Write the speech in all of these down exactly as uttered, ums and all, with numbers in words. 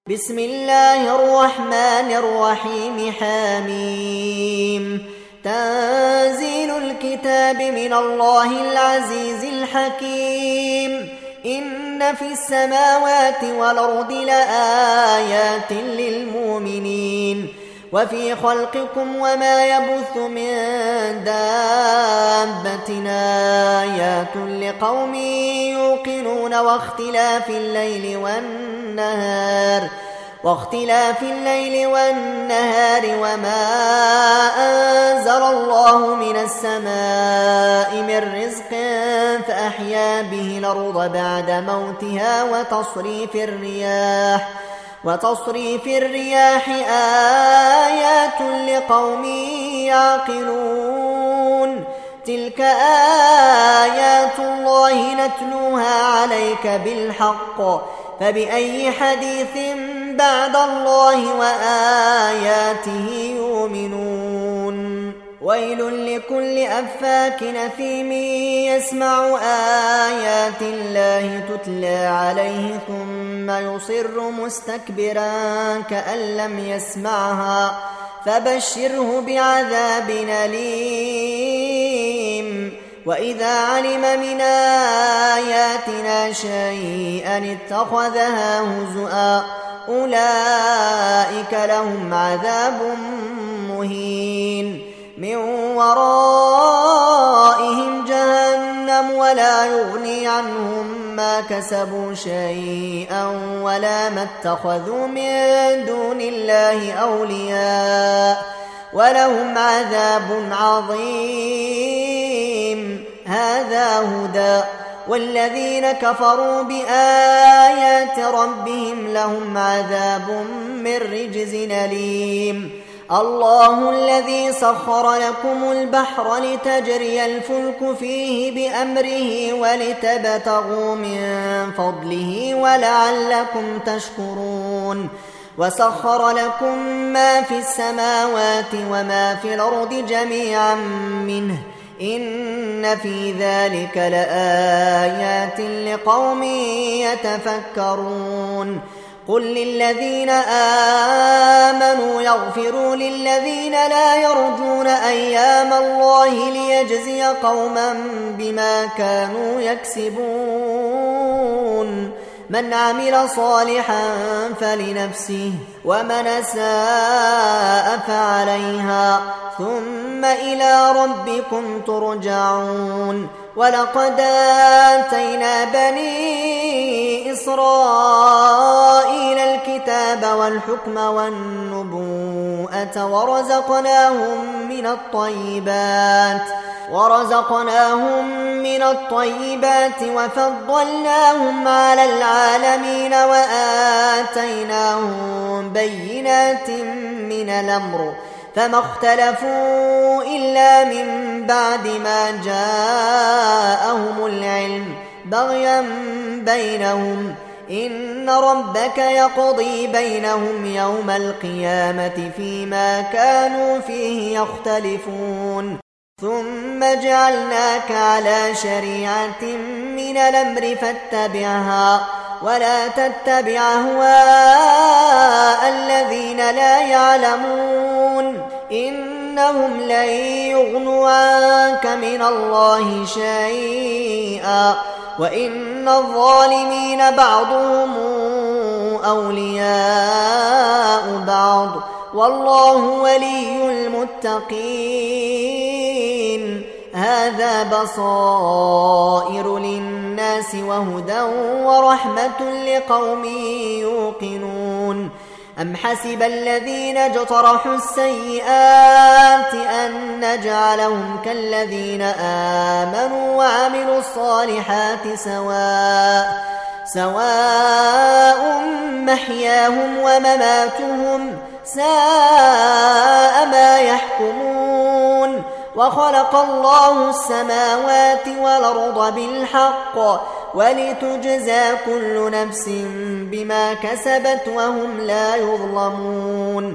بسم الله الرحمن الرحيم. حميم. تنزيل الكتاب من الله العزيز الحكيم. إن في السماوات والأرض لآيات للمؤمنين وفي خلقكم وما يبث من دابة آيات لقوم يوقنون واختلاف الليل والنهار واختلاف الليل والنهار وما أنزل الله من السماء من رزق فأحيا به الأرض بعد موتها وتصريف الرياح وتصريف الرياح آيات لقوم يعقلون. تلك آيات الله نتلوها عليك بالحق فبأي حديث بعد الله وآياته يؤمنون. ويل لكل أفاك أثيم يسمع آيات الله تتلى عليه ثم يصر مستكبرا كأن لم يسمعها فبشره بعذاب أليم. وإذا علم من آياتنا شيئا اتخذها هزؤا أولئك لهم عذاب مهين من ورائهم جهنم ولا يغني عنهم ما كسبوا شيئا ولا ما اتخذوا من دون الله أولياء ولهم عذاب عظيم. هذا هدى والذين كفروا بآيات ربهم لهم عذاب من رجز أليم. الله الذي سخر لكم البحر لتجري الفلك فيه بأمره ولتبتغوا من فضله ولعلكم تشكرون. وسخر لكم ما في السماوات وما في الأرض جميعا منه إن في ذلك لآيات لقوم يتفكرون. قل للذين آمنوا يغفروا للذين لا يرجون أيام الله ليجزي قوما بما كانوا يكسبون. من عمل صالحا فلنفسه ومن أساء فعليها ثم إلى ربكم ترجعون. ولقد آتينا بني إسرائيل الكتاب والحكم والنبوءة ورزقناهم من الطيبات ورزقناهم من الطيبات وفضلناهم على العالمين وآتيناهم بينات من الأمر فما اختلفوا إلا من بعد ما جاءهم العلم بغيا بينهم. إن ربك يقضي بينهم يوم القيامة فيما كانوا فيه يختلفون. ثم جعلناك على شريعة من الأمر فاتبعها ولا تتبع أهواء الذين لا يعلمون إنهم لن يغنوا عنك من الله شيئا وإن الظالمين بعضهم أولياء بعض والله ولي المتقين. هذا بصائر للناس وهدى ورحمة لقوم يوقنون. أم حسب الذين اجترحوا السيئات أن نجعلهم كالذين آمنوا وعملوا الصالحات سواء سواء محياهم ومماتهم ساء ما يحكمون. وخلق الله السماوات والأرض بالحق ولتجزى كل نفس بما كسبت وهم لا يظلمون.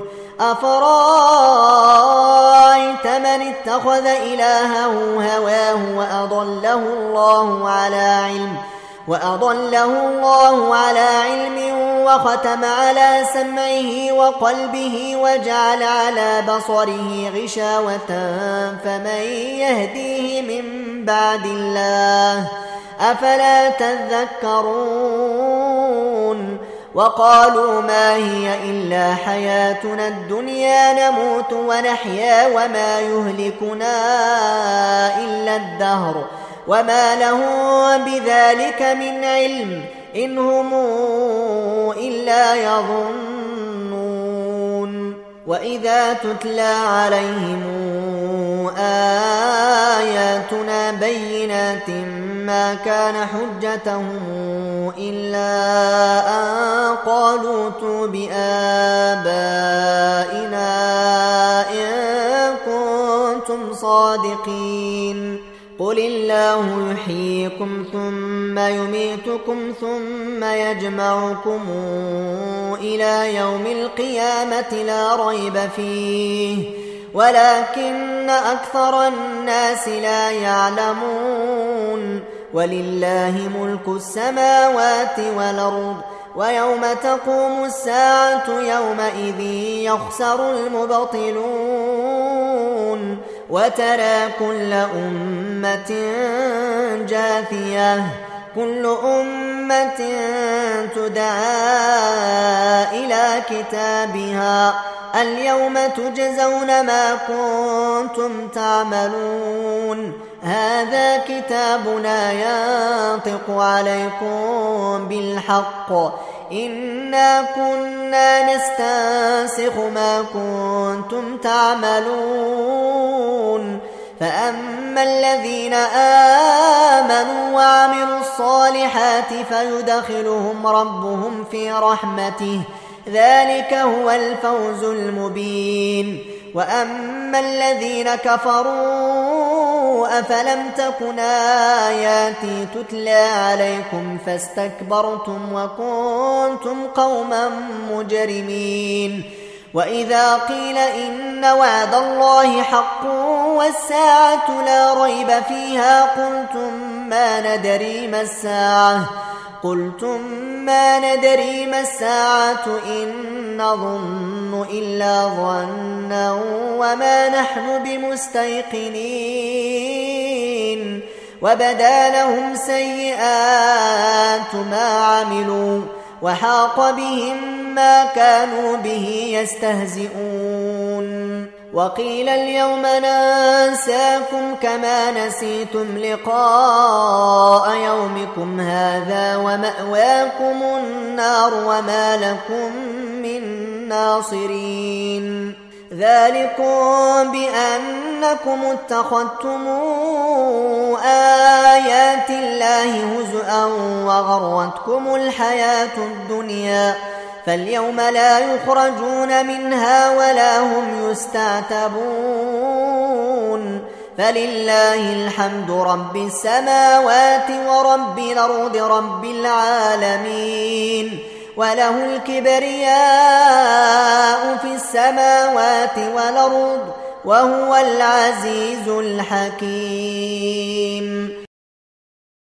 أفرأيت من اتخذ إلهه هواه وأضله الله على علم وأضله الله على علم وختم على سمعه وقلبه وجعل على بصره غشاوة فمن يهديه من بعد الله أفلا تذكرون وقالوا ما هي إلا حياتنا الدنيا نموت ونحيا وما يهلكنا إلا الدهر وما لهم بذلك من علم إن هم إلا يظنون وإذا تتلى عليهم آياتنا بينات ما كان حجتهم إلا أن قالوا ائتوا بآبائنا إن كنتم صادقين قل الله يحييكم ثم يميتكم ثم يجمعكم إلى يوم القيامة لا ريب فيه ولكن أكثر الناس لا يعلمون ولله ملك السماوات والأرض ويوم تقوم الساعة يومئذ يخسر المبطلون وترى كل أمة جاثية كل أمة تدعى إلى كتابها اليوم تجزون ما كنتم تعملون هذا كتابنا ينطق عليكم بالحق إنا كنا نستنسخ ما كنتم تعملون فأما الذين آمنوا وعملوا الصالحات فيدخلهم ربهم في رحمته ذلك هو الفوز المبين وأما الذين كفروا أفلم تكن آياتي تتلى عليكم فاستكبرتم وكنتم قوما مجرمين وإذا قيل إن وعد الله حق والساعة لا ريب فيها قلتم ما ندري ما الساعة قلتم ما ندري ما الساعة إن نظن إلا ظنا وما نحن بمستيقنين وبدا لهم سيئات ما عملوا وحاق بهم ما كانوا به يستهزئون وقيل اليوم ننساكم كما نسيتم لقاء يومكم هذا ومأواكم النار وما لكم من ناصرين ذلكم بأنكم اتخذتم آيات الله هزءا وغرتكم الحياة الدنيا فاليوم لا يخرجون منها ولا هم يستعتبون فلله الحمد رب السماوات ورب الأرض رب العالمين وله الكبرياء في السماوات والأرض وهو العزيز الحكيم